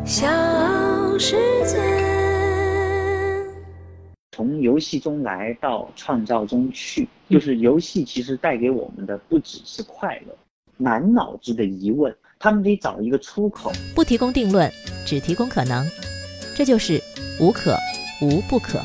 小世界。 从游戏中来到创造中去，就是游戏其实带给我们的不只是快乐，满脑子的疑问，他们得找一个出口。 不提供定论，只提供可能，这就是无可无不可。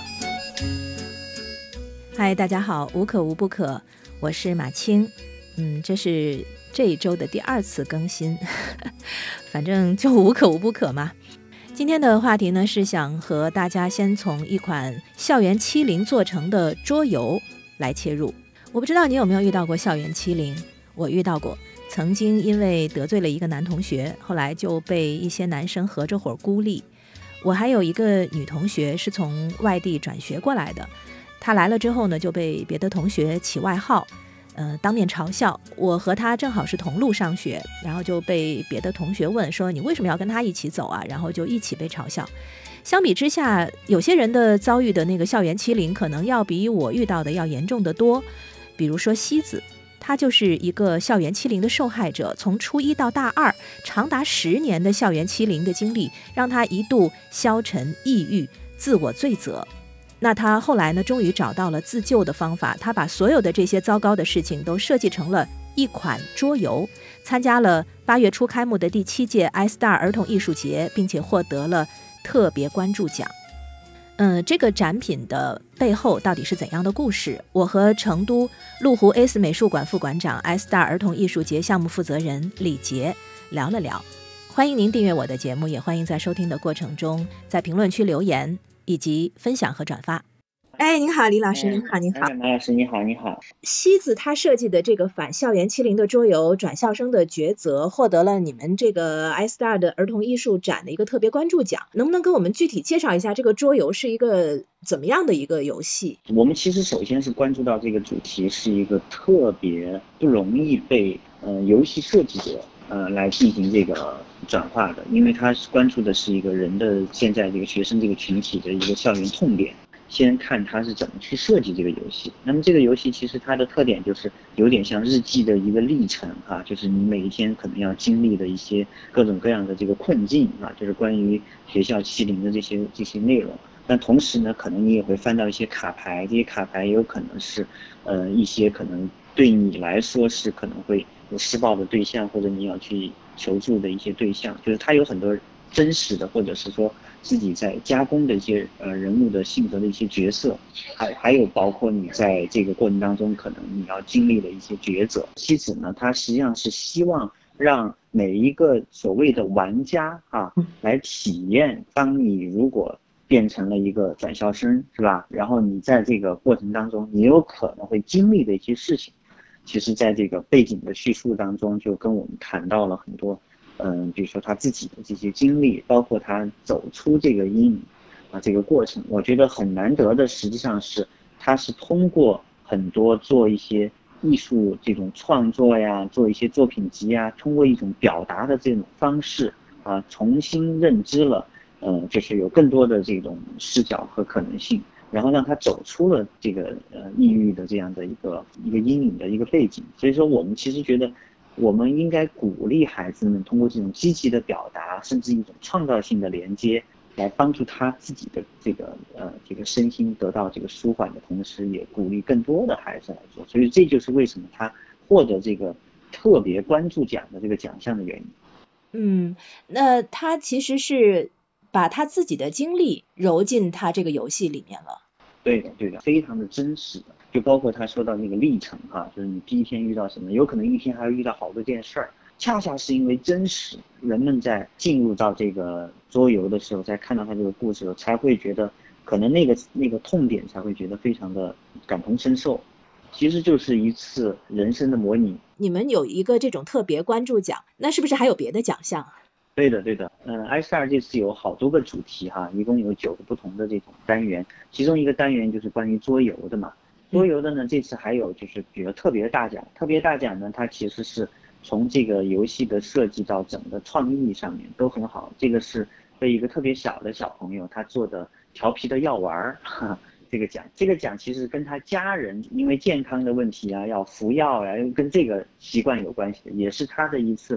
嗨，大家好，无可无不可，我是马青。这是这一周的第2次更新，反正就无可无不可嘛。今天的话题呢，是想和大家先从一款校园欺凌做成的桌游来切入。我不知道你有没有遇到过校园欺凌，我遇到过。曾经因为得罪了一个男同学，后来就被一些男生合着伙孤立。我还有一个女同学是从外地转学过来的，她来了之后呢，就被别的同学起外号，当面嘲笑。我和她正好是同路上学，然后就被别的同学问说你为什么要跟她一起走啊，然后就一起被嘲笑。相比之下，有些人的遭遇的那个校园欺凌可能要比我遇到的要严重得多。比如说西子，他就是一个校园欺凌的受害者，从初一到大2，长达10年的校园欺凌的经历，让他一度消沉、抑郁、自我罪责。那他后来呢，终于找到了自救的方法，他把所有的这些糟糕的事情都设计成了一款桌游，参加了8月初开幕的第7届 iStar 儿童艺术节，并且获得了特别关注奖。这个展品的背后到底是怎样的故事？我和成都麓湖 ACE 美术馆副馆长 iStar 儿童艺术节项目负责人李杰聊了聊。欢迎您订阅我的节目，也欢迎在收听的过程中在评论区留言以及分享和转发。您好，李老师，您好，您好。 马老师，你好，你好。 西子他设计的这个反校园欺凌的桌游《转校生的抉择》获得了你们这个 iStar 的儿童艺术展的一个特别关注奖，能不能跟我们具体介绍一下这个桌游是一个怎么样的一个游戏？ 我们其实首先是关注到这个主题是一个特别不容易被游戏设计者来进行这个转化的，因为它关注的是一个人的现在这个学生这个群体的一个校园痛点。先看他是怎么去设计这个游戏。那么这个游戏其实它的特点就是有点像日记的一个历程啊，就是你每一天可能要经历的一些各种各样的这个困境啊，就是关于学校欺凌的这些内容。但同时呢，可能你也会翻到一些卡牌，这些卡牌也有可能是一些可能对你来说是可能会有施暴的对象，或者你要去求助的一些对象，就是它有很多真实的，或者是说自己在加工的一些人物的性格的一些角色，还有包括你在这个过程当中可能你要经历的一些抉择。西子呢，他实际上是希望让每一个所谓的玩家来体验，当你如果变成了一个转校生，是吧？然后你在这个过程当中，你有可能会经历的一些事情，其实在这个背景的叙述当中，就跟我们谈到了很多。比如说他自己的这些经历，包括他走出这个阴影这个过程，我觉得很难得的，实际上是他是通过很多做一些艺术这种创作呀，做一些作品集呀，通过一种表达的这种方式重新认知了，就是有更多的这种视角和可能性，然后让他走出了这个抑郁的这样的一个阴影的一个背景。所以说，我们其实觉得。我们应该鼓励孩子们通过这种积极的表达，甚至一种创造性的连接，来帮助他自己的这个身心得到这个舒缓的同时，也鼓励更多的孩子来做。所以这就是为什么他获得这个特别关注奖的这个奖项的原因。那他其实是把他自己的经历揉进他这个游戏里面了。 对的，非常的真实的。就包括他说到那个历程就是你第一天遇到什么，有可能一天还会遇到好多件事儿，恰恰是因为真实，人们在进入到这个桌游的时候，在看到他这个故事的时候，才会觉得可能那个痛点才会觉得非常的感同身受。其实就是一次人生的模拟。 你们有一个这种特别关注奖，那是不是还有别的奖项？ 对的，iStar 这次有好多个主题一共有9个不同的这种单元，其中一个单元就是关于桌游的嘛。桌游的呢，这次还有就是比如特别大奖，特别大奖呢，它其实是从这个游戏的设计到整个创意上面都很好。这个是被一个特别小的小朋友他做的调皮的药丸这个奖其实跟他家人因为健康的问题要服药跟这个习惯有关系的，也是他的一次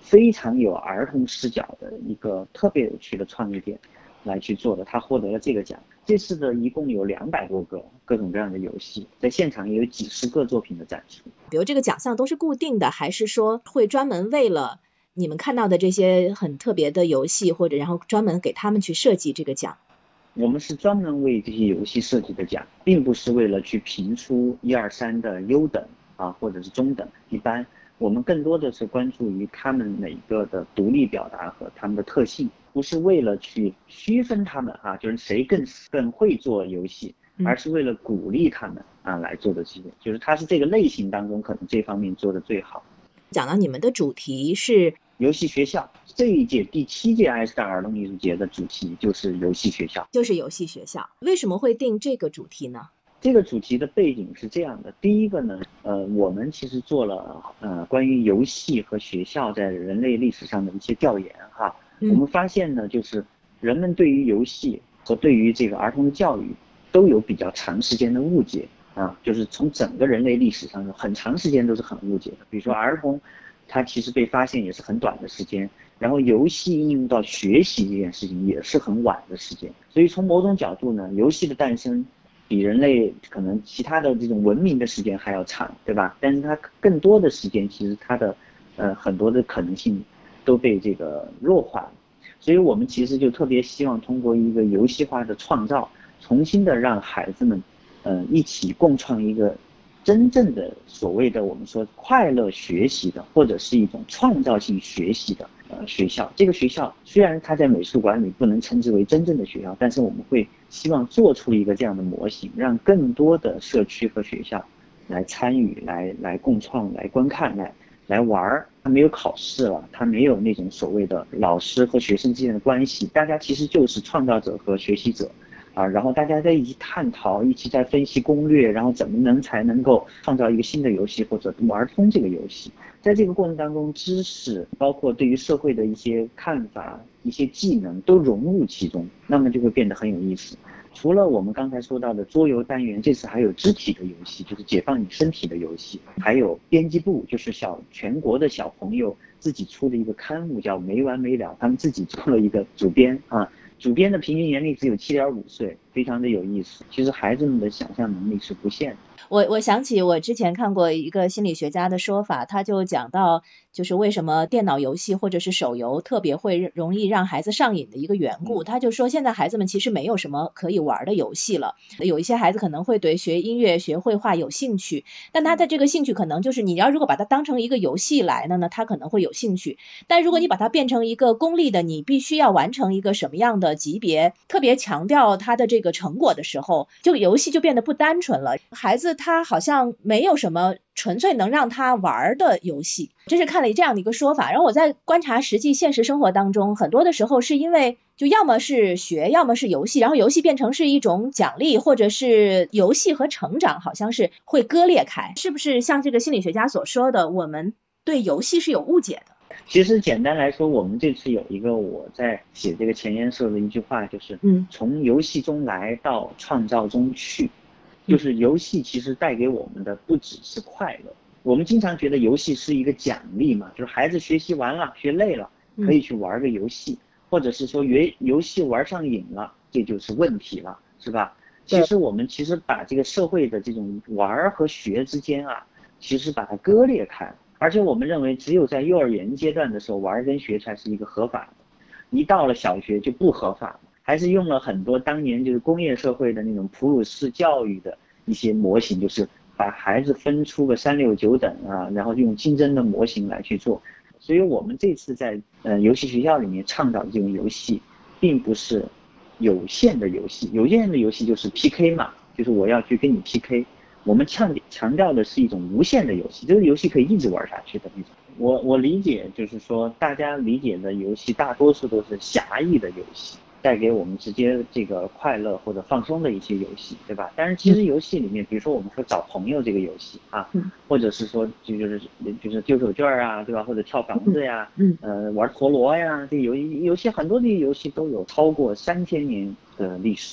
非常有儿童视角的一个特别有趣的创意点来去做的，他获得了这个奖。这次的一共有200多个各种各样的游戏，在现场也有几十个作品的展出。 比如这个奖项都是固定的，还是说会专门为了你们看到的这些很特别的游戏，或者然后专门给他们去设计这个奖？ 我们是专门为这些游戏设计的奖，并不是为了去评出1、2、3的优等啊，或者是中等、一般。我们更多的是关注于他们每个的独立表达和他们的特性，不是为了去区分他们啊，就是谁更会做游戏，而是为了鼓励他们啊来做的这些，就是他是这个类型当中可能这方面做的最好。 讲到你们的主题是游戏学校，这一届第7届爱斯达儿童艺术节的主题就是游戏学校。 就是游戏学校，为什么会定这个主题呢？ 这个主题的背景是这样的，第一个呢，我们其实做了关于游戏和学校在人类历史上的一些调研哈，我们发现呢，就是人们对于游戏和对于这个儿童的教育都有比较长时间的误解啊，就是从整个人类历史上很长时间都是很误解的。比如说儿童，他其实被发现也是很短的时间，然后游戏应用到学习这件事情也是很晚的时间，所以从某种角度呢，游戏的诞生比人类可能其他的这种文明的时间还要长，对吧？但是它更多的时间，其实它的很多的可能性都被这个弱化了。所以我们其实就特别希望通过一个游戏化的创造，重新的让孩子们一起共创一个真正的所谓的我们说快乐学习的，或者是一种创造性学习的学校。这个学校虽然它在美术馆里不能称之为真正的学校，但是我们会希望做出一个这样的模型，让更多的社区和学校来参与，来共创，来观看，来玩。它没有考试了，它没有那种所谓的老师和学生之间的关系，大家其实就是创造者和学习者啊，然后大家在一起探讨，一起在分析攻略，然后怎么才能够创造一个新的游戏或者玩通这个游戏。在这个过程当中，知识包括对于社会的一些看法、一些技能都融入其中，那么就会变得很有意思。除了我们刚才说到的桌游单元，这次还有肢体的游戏，就是解放你身体的游戏，还有编辑部，就是全国的小朋友自己出的一个刊物叫没完没了，他们自己做了一个主编啊，主编的平均年龄只有7.5岁，非常的有意思。其实孩子们的想象能力是不限的。 我想起我之前看过一个心理学家的说法，他就讲到就是为什么电脑游戏或者是手游特别会容易让孩子上瘾的一个缘故。他就说现在孩子们其实没有什么可以玩的游戏了，有一些孩子可能会对学音乐、学绘画有兴趣，但他的这个兴趣可能就是你要如果把它当成一个游戏来呢，他可能会有兴趣，但如果你把它变成一个功利的，你必须要完成一个什么样的级别，特别强调它的这个成果的时候，就游戏就变得不单纯了。孩子他好像没有什么纯粹能让他玩的游戏，这是看了这样的一个说法。然后我在观察实际现实生活当中，很多的时候是因为就要么是学，要么是游戏，然后游戏变成是一种奖励，或者是游戏和成长好像是会割裂开，是不是像这个心理学家所说的，我们对游戏是有误解的？ 其实简单来说，我们这次有一个我在写这个前言时候的一句话，就是从游戏中来到创造中去。就是游戏其实带给我们的不只是快乐，我们经常觉得游戏是一个奖励嘛，就是孩子学习完了学累了可以去玩个游戏，或者是说游戏玩上瘾了，这就是问题了，是吧？其实我们把这个社会的这种玩和学之间啊，其实把它割裂开，而且我们认为只有在幼儿园阶段的时候玩跟学才是一个合法的，一到了小学就不合法了，还是用了很多当年就是工业社会的那种普鲁士教育的一些模型，就是把孩子分出个3、6、9等啊，然后用竞争的模型来去做。所以我们这次在游戏学校里面倡导的这种游戏，并不是有限的游戏，有限的游戏就是 PK 嘛，就是我要去跟你 PK。我们强调的是一种无限的游戏，这个游戏可以一直玩下去的那种。我理解就是说，大家理解的游戏大多数都是狭义的游戏，带给我们直接这个快乐或者放松的一些游戏，对吧？但是其实游戏里面，比如说我们说找朋友这个游戏啊，或者是说就是丢手绢啊，对吧？或者跳房子呀，玩陀螺呀，这游戏很多这些游戏都有超过3000年的历史。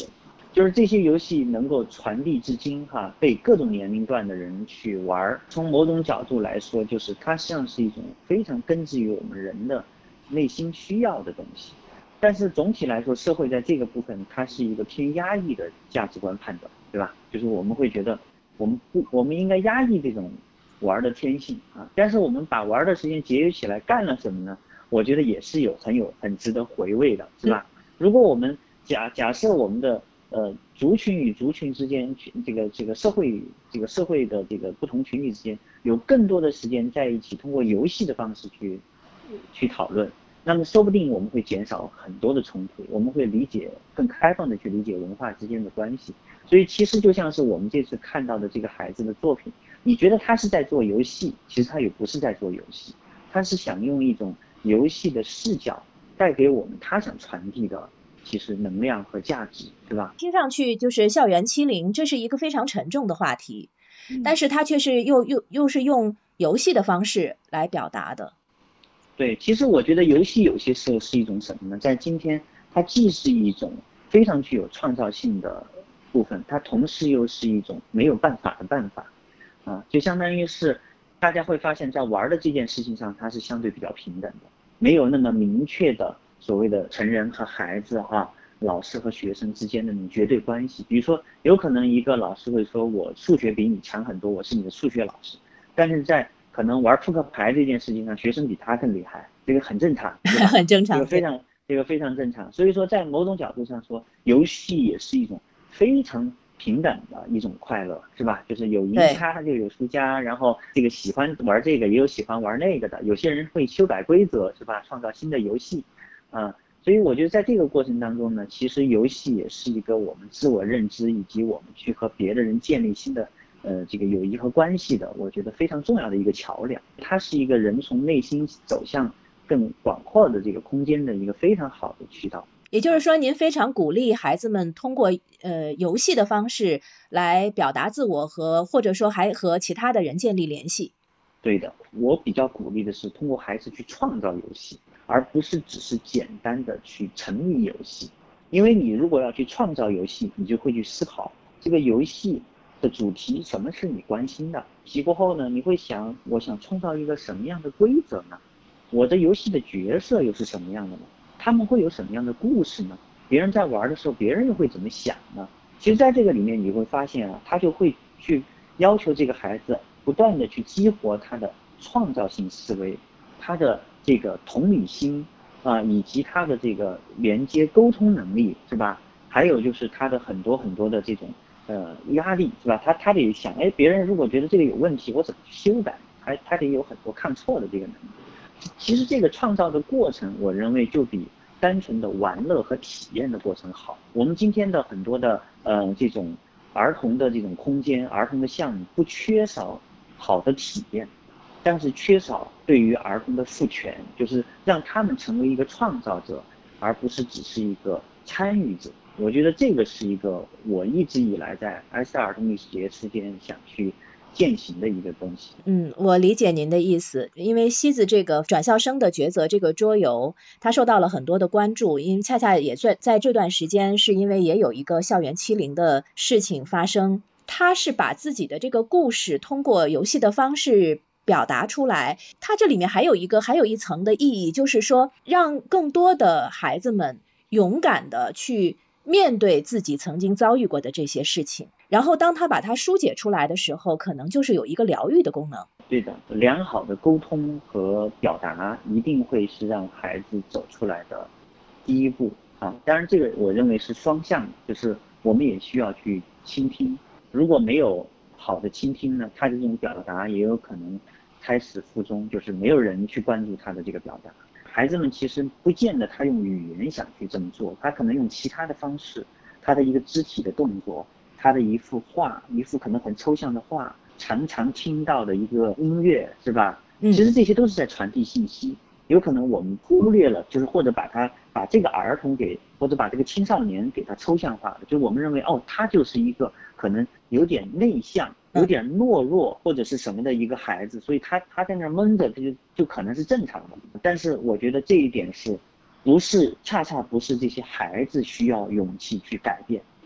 就是这些游戏能够传递至今哈，被各种年龄段的人去玩。从某种角度来说，就是它实际上是一种非常根植于我们人的内心需要的东西。但是总体来说，社会在这个部分它是一个偏压抑的价值观判断，对吧？就是我们会觉得我们应该压抑这种玩的天性啊。但是我们把玩的时间节约起来干了什么呢？我觉得也是很值得回味的，是吧？如果我们假设我们的族群与族群之间，这个社会的这个不同群体之间有更多的时间在一起，通过游戏的方式去讨论，那么说不定我们会减少很多的冲突，我们会更开放的去理解文化之间的关系。所以其实就像是我们这次看到的这个孩子的作品，你觉得他是在做游戏，其实他也不是在做游戏，他是想用一种游戏的视角带给我们他想传递的其实能量和价值，对吧？ 听上去就是校园欺凌，这是一个非常沉重的话题，但是它却是又是用游戏的方式来表达的。 对，其实我觉得游戏有些时候是一种什么呢？在今天，它既是一种非常具有创造性的部分，它同时又是一种没有办法的办法，就相当于是大家会发现，在玩的这件事情上，它是相对比较平等的，没有那么明确的所谓的成人和孩子老师和学生之间的绝对关系。比如说，有可能一个老师会说，我数学比你强很多，我是你的数学老师，但是在可能玩扑克牌这件事情上，学生比他更厉害，这个很正常， 很正常， 这个非常正常。所以说，在某种角度上说，游戏也是一种非常平等的一种快乐，是吧？就是有赢家就有输家，然后这个喜欢玩这个也有喜欢玩那个的，有些人会修改规则，是吧？创造新的游戏，所以我觉得在这个过程当中呢，其实游戏也是一个我们自我认知以及我们去和别的人建立新的这个友谊和关系的，我觉得非常重要的一个桥梁。它是一个人从内心走向更广阔的这个空间的一个非常好的渠道。 也就是说，您非常鼓励孩子们通过游戏的方式来表达自我或者说还和其他的人建立联系。 对的，我比较鼓励的是通过孩子去创造游戏，而不是只是简单的去沉迷游戏。因为你如果要去创造游戏，你就会去思考这个游戏的主题，什么是你关心的。提过后呢，你会想，我想创造一个什么样的规则呢？我的游戏的角色又是什么样的呢？他们会有什么样的故事呢？别人在玩的时候，别人又会怎么想呢？其实在这个里面你会发现他就会去要求这个孩子不断的去激活他的创造性思维，他的这个同理心以及他的这个连接沟通能力，是吧？还有就是他的很多很多的这种压力，是吧？他得想，别人如果觉得这个有问题，我怎么去修改？他得有很多抗错的这个能力。其实这个创造的过程，我认为就比单纯的玩乐和体验的过程好。我们今天的很多的这种儿童的这种空间、儿童的项目不缺少好的体验，但是缺少对于儿童的赋权，就是让他们成为一个创造者，而不是只是一个参与者。我觉得这个是一个我一直以来在埃塞儿童历史节期间想去践行的一个东西。 我理解您的意思，因为西子这个转校生的抉择这个桌游，它受到了很多的关注，因为恰恰也在这段时间，是因为也有一个校园欺凌的事情发生，他是把自己的这个故事通过游戏的方式表达出来，它这里面还有一层的意义，就是说让更多的孩子们勇敢的去面对自己曾经遭遇过的这些事情，然后当他把它疏解出来的时候，可能就是有一个疗愈的功能。 对的，良好的沟通和表达一定会是让孩子走出来的第一步当然这个我认为是双向的，就是我们也需要去倾听，如果没有好的倾听呢，他的这种表达也有可能开始附中，就是没有人去关注他的这个表达。孩子们其实不见得他用语言想去这么做，他可能用其他的方式，他的一个肢体的动作，他的一幅画，一幅可能很抽象的画，常常听到的一个音乐，是吧？其实这些都是在传递信息。有可能我们忽略了，就是或者把这个儿童或者把这个青少年给他抽象化了，就我们认为他就是一个可能有点内向、有点懦弱或者是什么的一个孩子，所以他在那闷着，就可能是正常的。但是我觉得这一点恰恰不是这些孩子需要勇气去改变，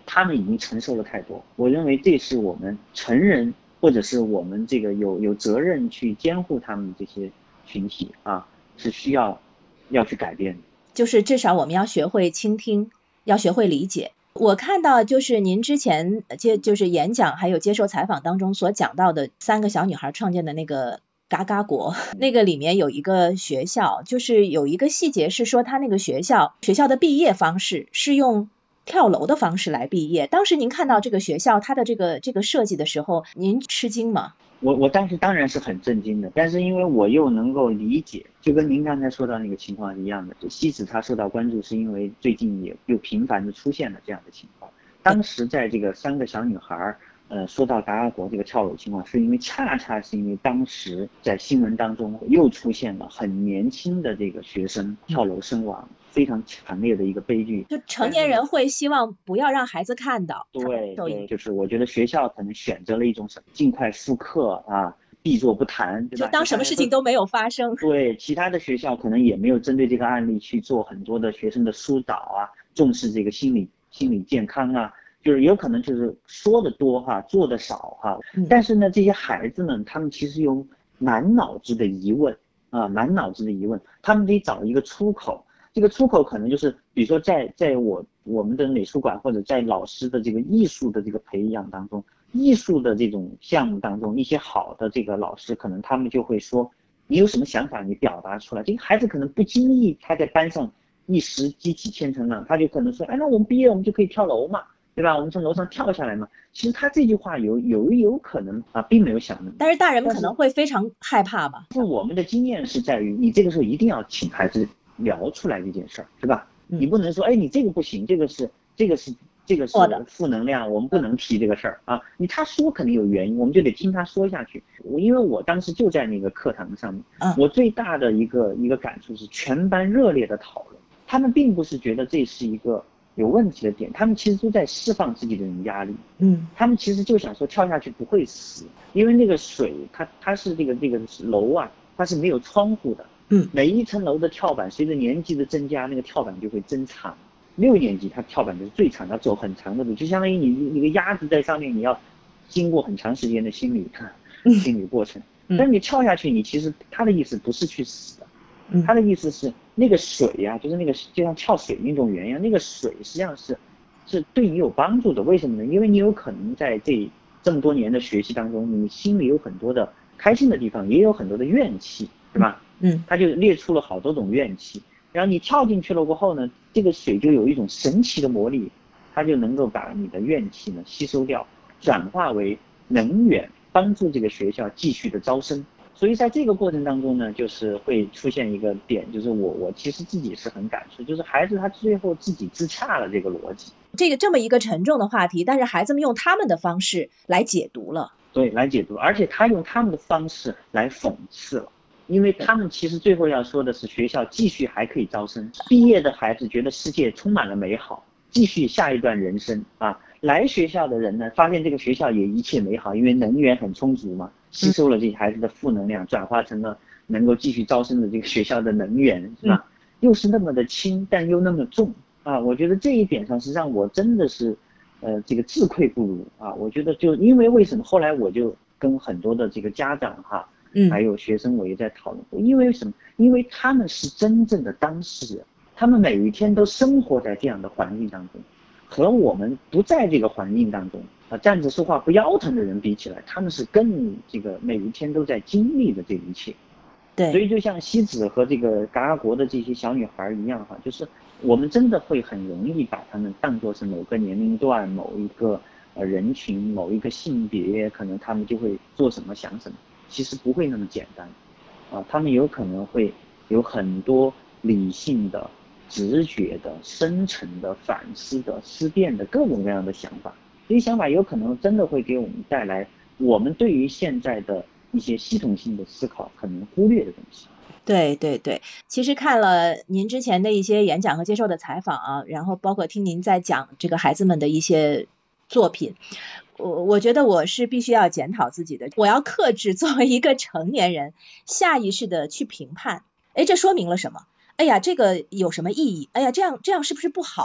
他们已经承受了太多。我认为这是我们成人或者是我们这个有责任去监护他们这些群体啊，是需要去改变的。 就是至少我们要学会倾听，要学会理解。我看到就是您之前就是演讲还有接受采访当中所讲到的3个小女孩创建的那个嘎嘎国，那个里面有一个学校，就是有一个细节是说他那个学校的毕业方式是用跳楼的方式来毕业。当时您看到这个学校它的这个设计的时候，您吃惊吗？ 我当时当然是很震惊的，但是因为我又能够理解，就跟您刚才说到那个情况一样的，就西子他受到关注是因为最近也又频繁的出现了这样的情况。当时在这个3个小女孩说到嘎嘎国这个跳楼情况，是因为恰恰是因为当时在新闻当中又出现了很年轻的这个学生跳楼身亡，非常强烈的一个悲剧。 就成年人会希望不要让孩子看到。 对，就是我觉得学校可能选择了一种什么，尽快复课啊，闭作不谈，对吧？ 就当什么事情都没有发生。 对，其他的学校可能也没有针对这个案例去做很多的学生的疏导啊，重视这个心理健康啊，就是有可能就是说的多哈，做的少哈。但是呢，这些孩子们他们其实有满脑子的疑问啊，他们得找一个出口。这个出口可能就是比如说在我们的美术馆或者在老师的这个艺术的这个培养当中，艺术的这种项目当中，一些好的这个老师可能他们就会说，你有什么想法你表达出来。这个孩子可能不经意他在班上一时激起千层浪，他就可能说，哎，那我们毕业我们就可以跳楼嘛，对吧？我们从楼上跳下来嘛。其实他这句话有可能啊，并没有想那么多。 但是大人们可能会非常害怕吧。 是我们的经验是在于，你这个时候一定要请孩子聊出来这件事儿，是吧？你不能说，哎，你这个不行，这个是负能量，我们不能提这个事儿啊。他说肯定有原因，我们就得听他说下去。因为我当时就在那个课堂上面，我最大的一个感触是全班热烈的讨论，他们并不是觉得这是一个有问题的点，他们其实都在释放自己的压力。他们其实就想说跳下去不会死，因为那个水它是这个楼啊，它是没有窗户的。每一层楼的跳板随着年纪的增加，那个跳板就会增长。6年级它跳板就是最长，要走很长的路，就相当于你一个鸭子在上面，你要经过很长时间的心理过程。但是你跳下去，你其实他的意思不是去死的，他的意思是那个水呀，就是那个就像跳水运动员一样，那个水实际上是对你有帮助的。为什么呢？因为你有可能在这么多年的学习当中，你心里有很多的开心的地方，也有很多的怨气，对吧？他就列出了好多种怨气，然后你跳进去了过后呢，这个水就有一种神奇的魔力，它就能够把你的怨气呢吸收掉，转化为能源，帮助这个学校继续的招生。所以在这个过程当中呢，就是会出现一个点，就是我其实自己是很感触，就是孩子他最后自己自洽了这个逻辑。 这么一个沉重的话题，但是孩子们用他们的方式来解读了。 对，来解读，而且他用他们的方式来讽刺了。因为他们其实最后要说的是学校继续还可以招生，毕业的孩子觉得世界充满了美好，继续下一段人生啊。来学校的人呢，发现这个学校也一切美好，因为能源很充足嘛，吸收了这些孩子的负能量，转化成了能够继续招生的这个学校的能源，是吧？又是那么的轻，但又那么重啊。我觉得这一点上是让我真的是这个自愧不如啊。我觉得就因为为什么后来我就跟很多的这个家长哈。还有学生我也在讨论过，因为什么？因为他们是真正的当事人，他们每一天都生活在这样的环境当中，和我们不在这个环境当中站着说话不腰疼的人比起来，他们是更这个每一天都在经历的这一切。 对， 所以就像西子和这个嘎嘎国的这些小女孩一样哈，就是我们真的会很容易把他们当作是某个年龄段、某一个人群、某一个性别，可能他们就会做什么想什么。其实不会那么简单他们有可能会有很多理性的、直觉的、深层的、反思的、思辨的各种各样的想法。这些想法有可能真的会给我们带来我们对于现在的一些系统性的思考可能忽略的东西。 对对对，其实看了您之前的一些演讲和接受的采访啊，然后包括听您在讲这个孩子们的一些作品，我觉得我是必须要检讨自己的，我要克制作为一个成年人下意识的去评判，哎，这说明了什么？哎呀，这个有什么意义？哎呀，这样是不是不好？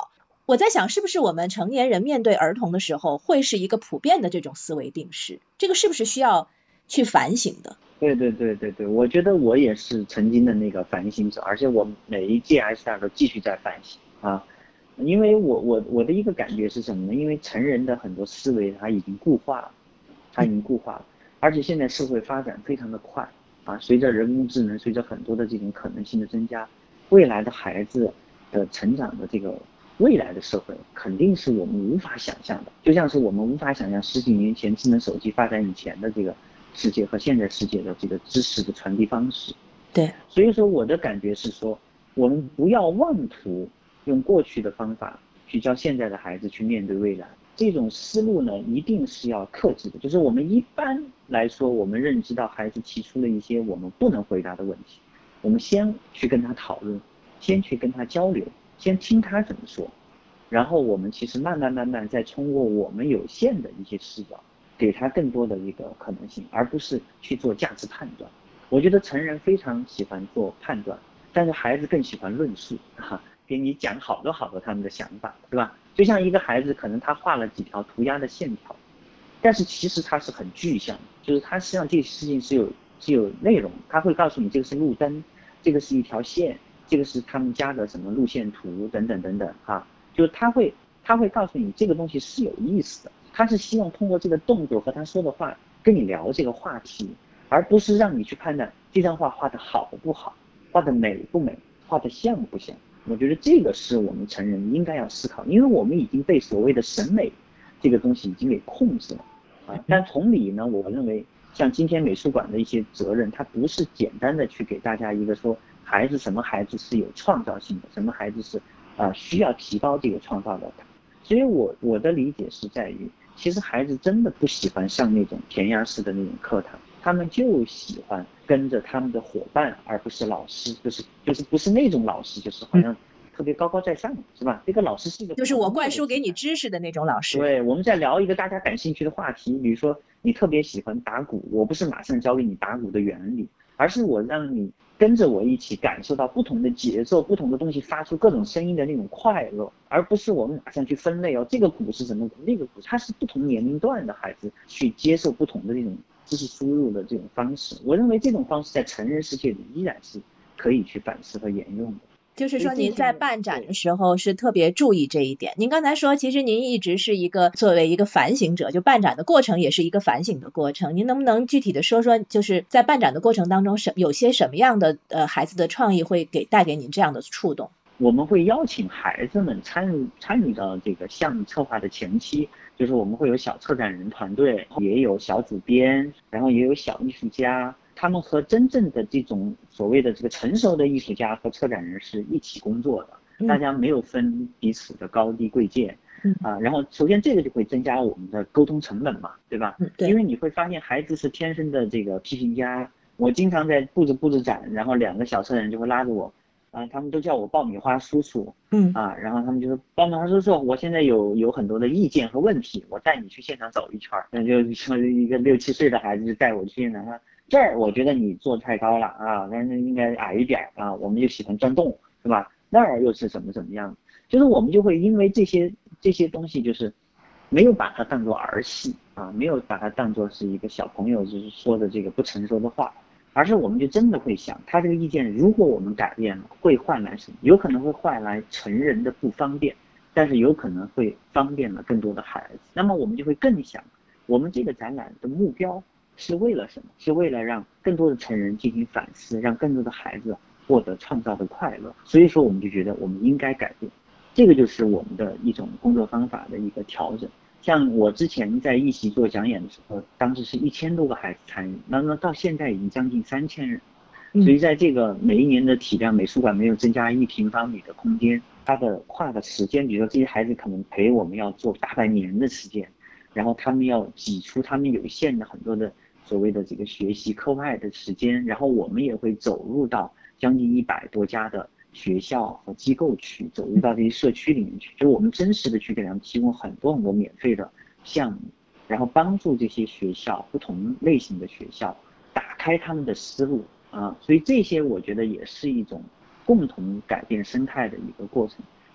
我在想，是不是我们成年人面对儿童的时候，会是一个普遍的这种思维定式？这个是不是需要去反省的？ 对对对对对，我觉得我也是曾经的那个反省者，而且我每一届 SR 都继续在反省啊。因为我的一个感觉是什么呢？因为成人的很多思维它已经固化了，而且现在社会发展非常的快啊，随着人工智能，随着很多的这种可能性的增加，未来的孩子的成长的这个未来的社会肯定是我们无法想象的，就像是我们无法想象十几年前智能手机发展以前的这个世界和现在世界的这个知识的传递方式。 对， 所以说我的感觉是说，我们不要妄图用过去的方法去教现在的孩子去面对未来，这种思路呢一定是要克制的。就是我们一般来说，我们认知到孩子提出了一些我们不能回答的问题，我们先去跟他讨论，先去跟他交流，先听他怎么说，然后我们其实慢慢再通过我们有限的一些视角，给他更多的一个可能性，而不是去做价值判断。我觉得成人非常喜欢做判断，但是孩子更喜欢论述给你讲好多他们的想法，对吧？就像一个孩子可能他画了几条涂鸦的线条，但是其实他是很具象的，就是他实际上这个事情是有内容，他会告诉你这个是路灯，这个是一条线，这个是他们家的什么路线图等等就是他会告诉你这个东西是有意思的，他是希望通过这个动作和他说的话跟你聊这个话题，而不是让你去判断这张画画的好不好，画的美不美，画的像不像。我觉得这个是我们成人应该要思考，因为我们已经被所谓的审美这个东西已经给控制了啊。但同理呢，我认为像今天美术馆的一些责任，它不是简单的去给大家一个说什么孩子是有创造性的，什么孩子是需要提高这个创造的。所以我的理解是在于，其实孩子真的不喜欢上那种填鸭式的那种课堂，他们就喜欢跟着他们的伙伴，而不是老师，就是不是那种老师，就是好像特别高高在上，是吧？这个老师是一个就是我灌输给你知识的那种老师。 对，我们在聊一个大家感兴趣的话题，比如说你特别喜欢打鼓，我不是马上教给你打鼓的原理，而是我让你跟着我一起感受到不同的节奏，不同的东西发出各种声音的那种快乐，而不是我们马上去分类这个鼓是什么鼓，那个鼓，它是不同年龄段的孩子去接受不同的这种知识输入的这种方式。我认为这种方式在成人世界里依然是可以去反思和沿用的。 就是说您在办展的时候是特别注意这一点。您刚才说其实您一直是一个作为一个反省者，就办展的过程也是一个反省的过程。您能不能具体的说说，就是在办展的过程当中有些什么样的孩子的创意会带给您这样的触动？ 我们会邀请孩子们参与到这个项目策划的前期，就是我们会有小策展人团队，也有小主编，然后也有小艺术家，他们和真正的这种所谓的这个成熟的艺术家和策展人是一起工作的，大家没有分彼此的高低贵贱，然后首先这个就会增加我们的沟通成本嘛，对吧？ 对， 因为你会发现孩子是天生的这个批评家，我经常在布置展，然后2个小策展人就会拉着我。他们都叫我爆米花叔叔，然后他们就说爆米花叔叔，我现在有很多的意见和问题，我带你去现场走一圈。那就说一个6、7岁的孩子就带我去现场，说这儿我觉得你做太高了但是应该矮一点我们就喜欢钻洞，是吧？那儿又是怎么样？就是我们就会因为这些东西，就是没有把它当作儿戏没有把它当作是一个小朋友就是说的这个不成熟的话。而是我们就真的会想，他这个意见如果我们改变了，会换来什么？有可能会换来成人的不方便，但是有可能会方便了更多的孩子。那么我们就会更想，我们这个展览的目标是为了什么？是为了让更多的成人进行反思，让更多的孩子获得创造的快乐。所以说我们就觉得我们应该改变，这个就是我们的一种工作方法的一个调整。像我之前在一席做讲演的时候，当时是1000多个孩子参与，那到现在已经将近3000人，所以在这个每一年的体量，美术馆没有增加1平方米的空间，它的跨的时间，比如说这些孩子可能陪我们要做大半年的时间，然后他们要挤出他们有限的很多的所谓的这个学习课外的时间，然后我们也会走入到将近100多家的学校和机构去，走入到这些社区里面去，就是我们真实的去给他们提供很多免费的项目，然后帮助这些学校不同类型的学校打开他们的思路所以这些我觉得也是一种共同改变生态的一个过程。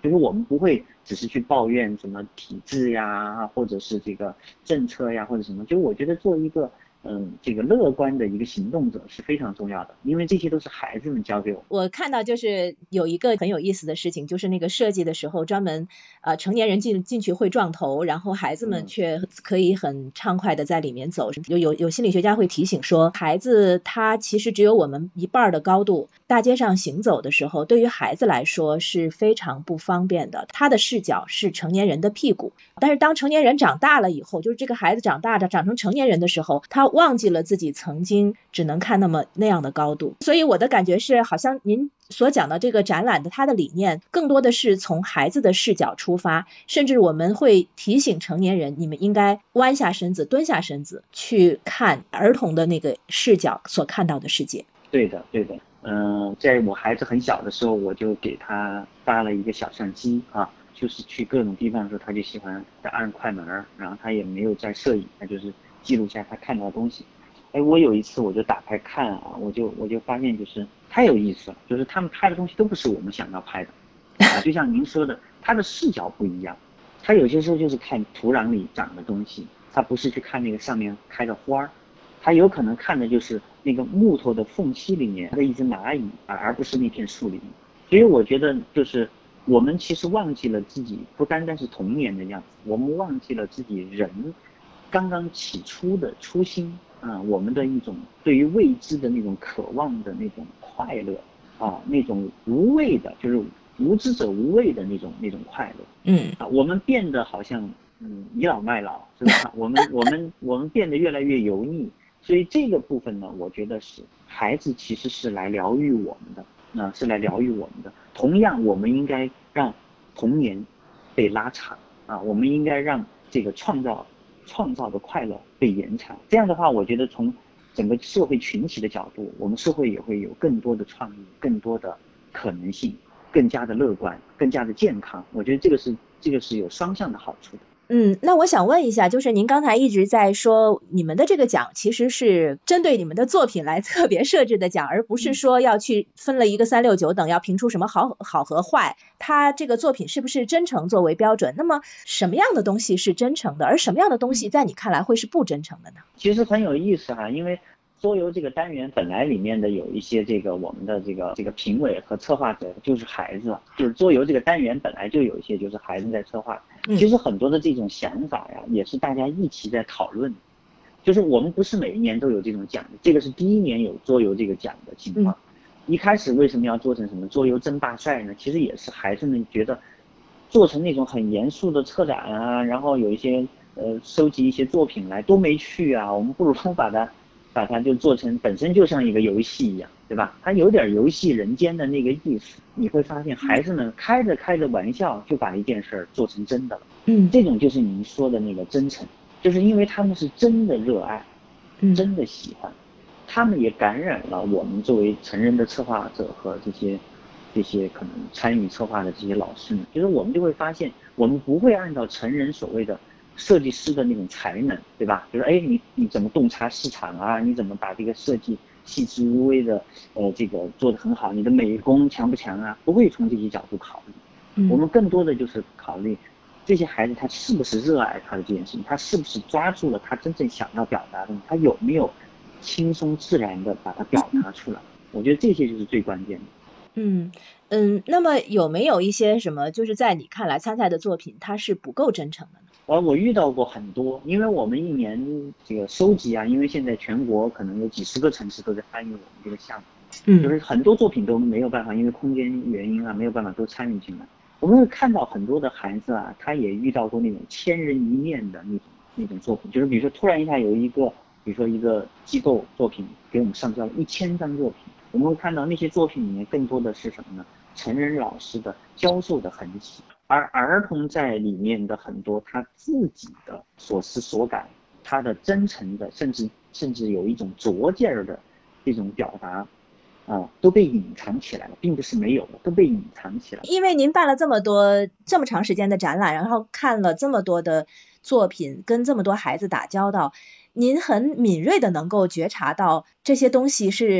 就是我们不会只是去抱怨什么体制呀，或者是这个政策呀，或者什么。就是我觉得做一个这个乐观的一个行动者是非常重要的，因为这些都是孩子们教给我。 我看到就是有一个很有意思的事情，就是那个设计的时候专门成年人进去会撞头，然后孩子们却可以很畅快的在里面走。有心理学家会提醒说，孩子他其实只有我们一半的高度，大街上行走的时候对于孩子来说是非常不方便的，他的视角是成年人的屁股。但是当成年人长大了以后，就是这个孩子长成成年人的时候，他忘记了自己曾经只能看那样的高度。所以我的感觉是，好像您所讲的这个展览的它的理念更多的是从孩子的视角出发，甚至我们会提醒成年人，你们应该弯下身子蹲下身子去看儿童的那个视角所看到的世界。 对的对的，在我孩子很小的时候，我就给他发了一个小相机啊，就是去各种地方的时候，他就喜欢按快门，然后他也没有在摄影，他就是记录下他看到的东西。我有一次我就打开看啊，我就发现就是太有意思了，就是他们拍的东西都不是我们想要拍的啊，就像您说的，他的视角不一样，他有些时候就是看土壤里长的东西，他不是去看那个上面开的花儿，他有可能看的就是那个木头的缝隙里面的一只蚂蚁而不是那片树林。所以我觉得就是我们其实忘记了自己不单单是童年的样子，我们忘记了自己人刚刚起初的初心啊，我们的一种对于未知的那种渴望的那种快乐啊，那种无畏的，就是无知者无畏的那种快乐。我们变得好像倚老卖老，是吧？我们变得越来越油腻，所以这个部分呢，我觉得是孩子其实是来疗愈我们的，是来疗愈我们的。同样，我们应该让童年被拉长啊，我们应该让这个创造的快乐被延长。这样的话，我觉得从整个社会群体的角度，我们社会也会有更多的创意，更多的可能性，更加的乐观，更加的健康。我觉得这个是有双向的好处的。 那我想问一下，就是您刚才一直在说你们的这个奖其实是针对你们的作品来特别设置的奖，而不是说要去分了一个369等，要评出什么好和坏。它这个作品是不是真诚作为标准？那么什么样的东西是真诚的，而什么样的东西在你看来会是不真诚的呢？ 其实很有意思哈，因为桌游这个单元本来里面的有一些这个我们的这个评委和策划者就是孩子，就是桌游这个单元本来就有一些就是孩子在策划。其实很多的这种想法呀，也是大家一起在讨论。就是我们不是每一年都有这种奖的，这个是第一年有桌游这个奖的情况。一开始为什么要做成什么桌游争霸赛呢？其实也是孩子们觉得做成那种很严肃的策展啊，然后有一些收集一些作品来多没趣啊，我们不如把它就做成本身就像一个游戏一样，对吧？它有点游戏人间的那个意思。你会发现孩子们开着玩笑就把一件事做成真的了。这种就是您说的那个真诚，就是因为他们是真的热爱，真的喜欢，他们也感染了我们作为成人的策划者和这些可能参与策划的这些老师们。就是我们就会发现，我们不会按照成人所谓的设计师的那种才能，对吧？就是你怎么洞察市场啊？你怎么把这个设计细致入微的这个做得很好？你的美工强不强啊？不会从这些角度考虑。我们更多的就是考虑这些孩子他是不是热爱他的这件事情，他是不是抓住了他真正想要表达的，他有没有轻松自然的把它表达出来。我觉得这些就是最关键的。 那么有没有一些什么就是在你看来参赛的作品它是不够真诚的呢？ 我遇到过很多，因为我们一年这个收集啊，因为现在全国可能有几十个城市都在参与我们这个项目，就是很多作品都没有办法，因为空间原因啊，没有办法都参与进来。我们会看到很多的孩子啊，他也遇到过那种千人一面的那种作品，就是比如说突然一下有一个，比如说一个机构作品给我们上交了1000张作品，我们会看到那些作品里面更多的是什么呢？成人老师的教授的痕迹，而儿童在里面的很多他自己的所思所感，他的真诚的，甚至有一种拙劲儿的这种表达都被隐藏起来了，并不是没有的，都被隐藏起来了。 因为您办了这么长时间的展览，然后看了这么多的作品，跟这么多孩子打交道，您很敏锐的能够觉察到这些东西是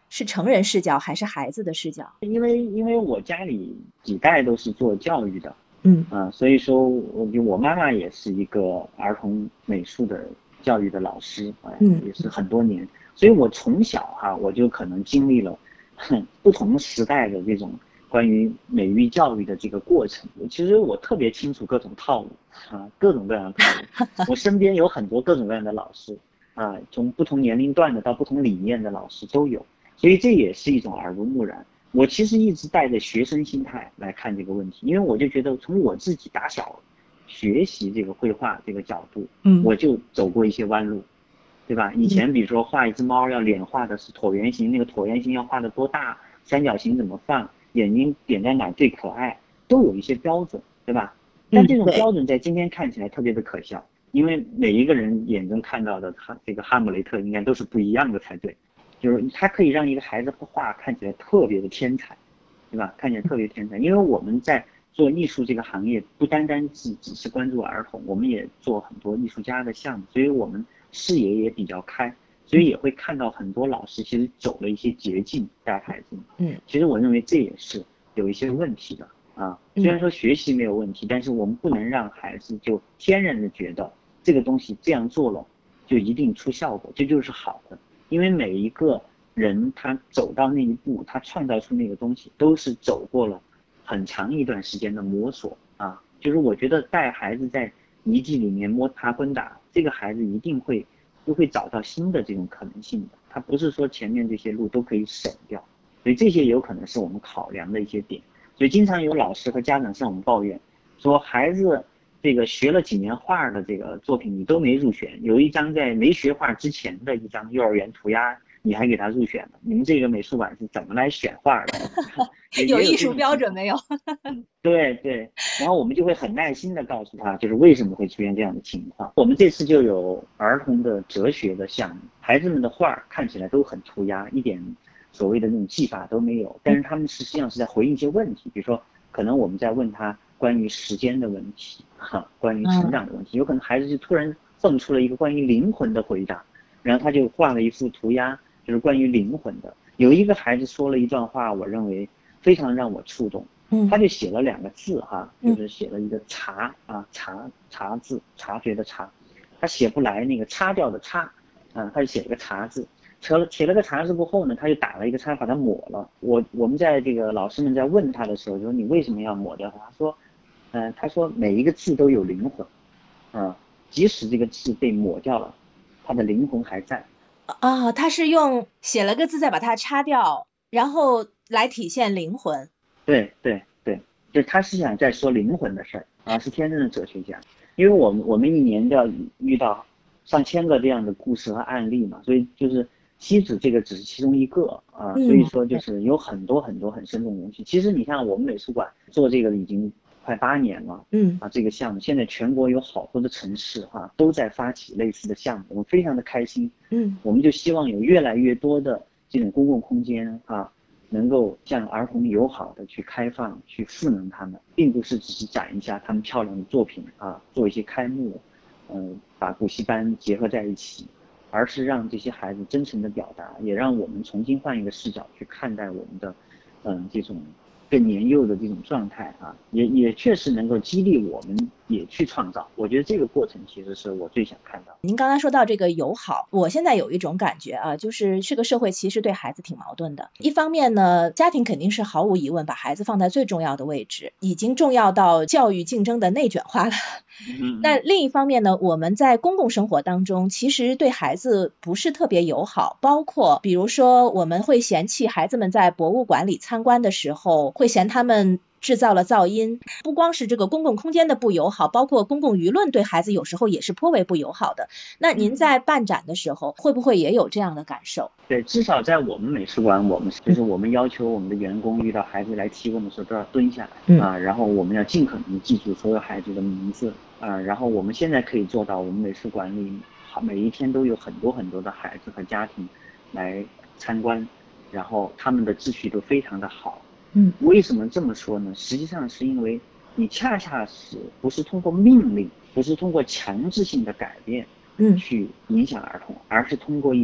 是成人视角还是孩子的视角？ 因为我家里几代都是做教育的，所以说我妈妈也是一个儿童美术的教育的老师，也是很多年，所以我从小我就可能经历了不同时代的这种关于美育教育的这个过程。其实我特别清楚各种套路各种各样的套路。我身边有很多各种各样的老师从不同年龄段的到不同理念的老师都有，所以这也是一种耳濡目染。我其实一直带着学生心态来看这个问题，因为我就觉得从我自己打小学习这个绘画这个角度，我就走过一些弯路，对吧？以前比如说画一只猫要脸画的是椭圆形，那个椭圆形要画的多大，三角形怎么放，眼睛点在哪最可爱，都有一些标准，对吧？但这种标准在今天看起来特别的可笑，因为每一个人眼中看到的这个哈姆雷特应该都是不一样的才对。就是它可以让一个孩子画看起来特别的天才，对吧？看起来特别天才，因为我们在做艺术这个行业，不单单只是关注儿童，我们也做很多艺术家的项目，所以我们视野也比较开，所以也会看到很多老师其实走了一些捷径带孩子。其实我认为这也是有一些问题的虽然说学习没有问题，但是我们不能让孩子就天然的觉得这个东西这样做了就一定出效果，这就是好的。因为每一个人他走到那一步，他创造出那个东西，都是走过了很长一段时间的摸索就是我觉得带孩子在遗迹里面摸爬滚打，这个孩子一定会找到新的这种可能性的，他不是说前面这些路都可以省掉，所以这些有可能是我们考量的一些点。所以经常有老师和家长向我们抱怨说，孩子这个学了几年画的这个作品你都没入选，有一张在没学画之前的一张幼儿园涂鸦你还给他入选了，你们这个美术馆是怎么来选画的？ 有艺术标准没有？ 对，然后我们就会很耐心的告诉他，就是为什么会出现这样的情况。我们这次就有儿童的哲学的项目，孩子们的画看起来都很涂鸦，一点所谓的那种技法都没有，但是他们实际上是在回应一些问题，比如说可能我们在问他关于时间的问题关于成长的问题，有可能孩子就突然蹦出了一个关于灵魂的回答，然后他就画了一幅涂鸦，就是关于灵魂的。有一个孩子说了一段话，我认为非常让我触动，他就写了2个字就是写了一个茶茶字，察觉的茶，他写不来那个擦掉的擦他就写了个茶字，写了个茶字过后呢，他就打了一个叉把它抹了。我们在这个老师们在问他的时候，就说你为什么要抹掉它？他说每一个字都有灵魂即使这个字被抹掉了，它的灵魂还在。 他是用写了个字再把它擦掉，然后来体现灵魂。 对，就是他是想在说灵魂的事儿是天真的哲学家。因为我们一年都要遇到上千个这样的故事和案例嘛，所以就是妻子这个只是其中一个所以说就是有很多很多很深重的东西。其实你看我们美术馆做这个已经快8年了这个项目现在全国有好多的城市都在发起类似的项目，我们非常的开心我们就希望有越来越多的这种公共空间能够向儿童友好的去开放，去赋能他们，并不是只是展一下他们漂亮的作品做一些开幕把补习班结合在一起，而是让这些孩子真诚的表达，也让我们重新换一个视角去看待我们的这种更年幼的这种状态也确实能够激励我们也去创造。我觉得这个过程其实是我最想看到。 您刚才说到这个友好，我现在有一种感觉就是这个社会其实对孩子挺矛盾的。一方面呢，家庭肯定是毫无疑问把孩子放在最重要的位置，已经重要到教育竞争的内卷化了那另一方面呢，我们在公共生活当中其实对孩子不是特别友好，包括比如说我们会嫌弃孩子们在博物馆里参观的时候，会嫌他们制造了噪音，不光是这个公共空间的不友好，包括公共舆论对孩子有时候也是颇为不友好的。那您在办展的时候会不会也有这样的感受？ 对，至少在我们美术馆，我们要求我们的员工遇到孩子来提问的时候都要蹲下来然后我们要尽可能记住所有孩子的名字然后我们现在可以做到，我们美术馆里每一天都有很多很多的孩子和家庭来参观，然后他们的秩序都非常的好为什么这么说呢？实际上是因为你恰恰不是通过命令，不是通过强制性的改变去影响儿童，而是通过一种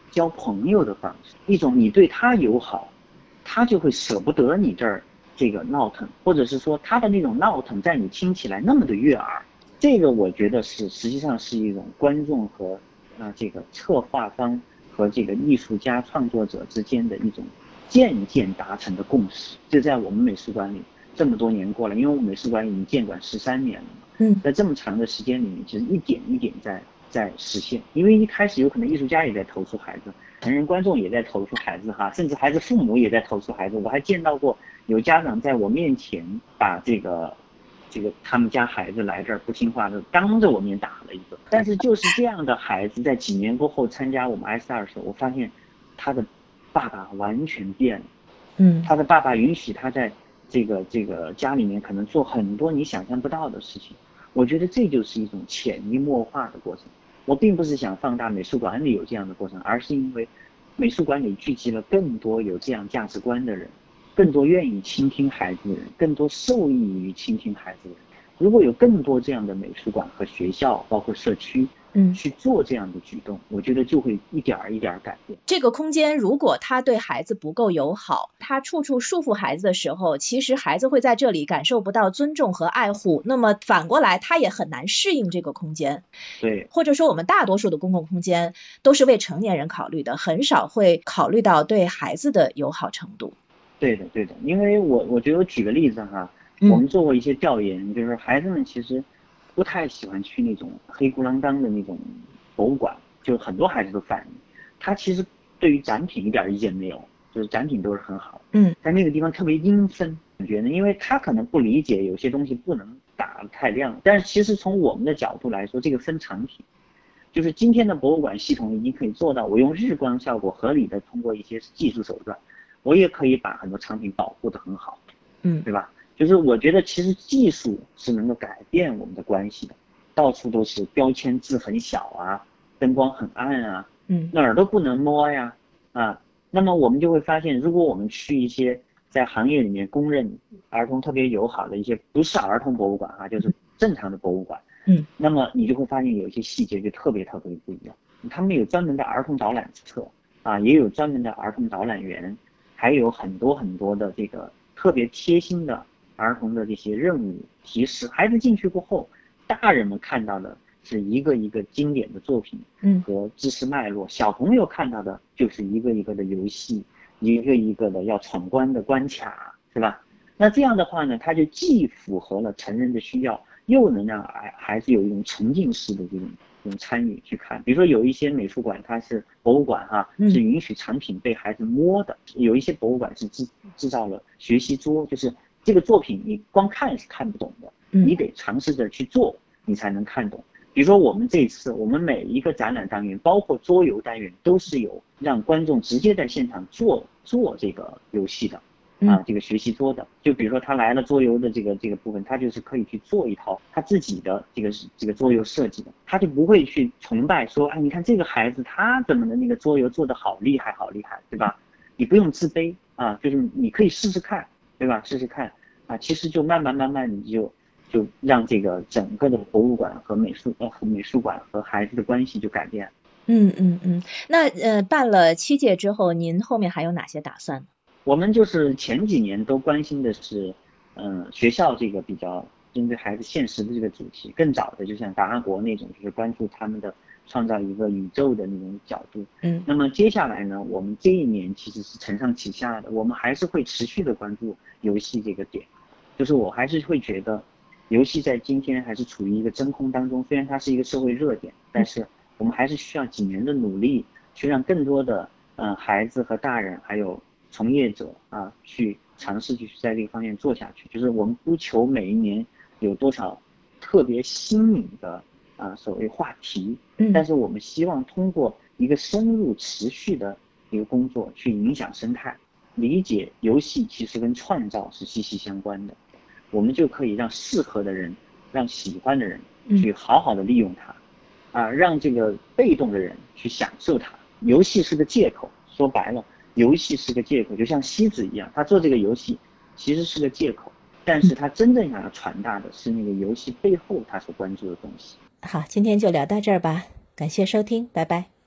交朋友的方式，一种你对他友好，他就会舍不得你这儿这个闹腾，或者是说他的那种闹腾在你听起来那么的悦耳。这个我觉得是实际上是一种观众和这个策划方和这个艺术家创作者之间的一种渐渐达成的共识。就在我们美术馆里这么多年过了，因为我们美术馆已经建馆13年了嘛，在这么长的时间里面，其实一点一点在实现。因为一开始有可能艺术家也在投诉孩子，成人观众也在投诉孩子哈，甚至孩子父母也在投诉孩子。我还见到过有家长在我面前把这个他们家孩子来这儿不听话的当着我面打了一顿。但是就是这样的孩子在几年过后参加我们 S2 的时候，我发现他的爸爸完全变了。他的爸爸允许他在这个家里面可能做很多你想象不到的事情。我觉得这就是一种潜移默化的过程。我并不是想放大美术馆里有这样的过程，而是因为美术馆里聚集了更多有这样价值观的人，更多愿意倾听孩子的人，更多受益于倾听孩子的人。如果有更多这样的美术馆和学校，包括社区，去做这样的举动，我觉得就会一点一点改变。 这个空间如果他对孩子不够友好，他处处束缚孩子的时候，其实孩子会在这里感受不到尊重和爱护，那么反过来他也很难适应这个空间。 对， 或者说我们大多数的公共空间都是为成年人考虑的，很少会考虑到对孩子的友好程度。 对的，因为我觉得我举个例子哈，我们做过一些调研，就是孩子们其实不太喜欢去那种黑咕啷当的那种博物馆，就很多孩子都反映，他其实对于展品一点意见没有，就是展品都是很好，在那个地方特别阴森，我觉得，因为他可能不理解有些东西不能打太亮，但是其实从我们的角度来说，这个分场景，就是今天的博物馆系统已经可以做到，我用日光效果合理的通过一些技术手段，我也可以把很多场景保护得很好，对吧？就是我觉得其实技术是能够改变我们的关系的，到处都是标签字很小啊，灯光很暗啊，哪儿都不能摸呀，那么我们就会发现，如果我们去一些在行业里面公认儿童特别友好的一些不是儿童博物馆就是正常的博物馆，那么你就会发现有一些细节就特别不一样。他们有专门的儿童导览册也有专门的儿童导览员，还有很多的这个特别贴心的儿童的这些任务提示。孩子进去过后，大人们看到的是一个一个经典的作品和知识脉络，小朋友看到的就是一个一个的游戏，一个一个的要闯关的关卡，是吧？那这样的话呢，它就既符合了成人的需要，又能让孩子有一种沉浸式的这种参与去看。比如说有一些美术馆它是博物馆是允许产品被孩子摸的，有一些博物馆是制造了学习桌，就是这个作品你光看是看不懂的，你得尝试着去做，你才能看懂。比如说我们这次我们每一个展览单元，包括桌游单元，都是有让观众直接在现场做这个游戏的这个学习桌的。就比如说他来了桌游的这个部分，他就是可以去做一套他自己的这个桌游设计的，他就不会去崇拜说你看这个孩子他怎么的那个桌游做得好厉害，对吧？你不用自卑就是你可以试试看，对吧？试试看其实就慢慢你就让这个整个的博物馆和美术馆和孩子的关系就改变了。 那办了7届之后，您后面还有哪些打算呢？ 我们就是前几年都关心的是学校这个比较针对孩子现实的这个主题，更早的就像达阿国那种，就是关注他们的创造一个宇宙的那种角度。那么接下来呢，我们这一年其实是承上启下的，我们还是会持续的关注游戏这个点。就是我还是会觉得游戏在今天还是处于一个真空当中，虽然它是一个社会热点，但是我们还是需要几年的努力，去让更多的孩子和大人还有从业者去尝试去在这个方面做下去。就是我们不求每一年有多少特别新颖的所谓话题，但是我们希望通过一个深入持续的一个工作去影响生态，理解游戏其实跟创造是息息相关的，我们就可以让适合的人，让喜欢的人去好好的利用它让这个被动的人去享受它。游戏是个借口，说白了游戏是个借口，就像西子一样，他做这个游戏其实是个借口，但是他真正想要传达的是那个游戏背后他所关注的东西。 好，今天就聊到这儿吧，感谢收听，拜拜。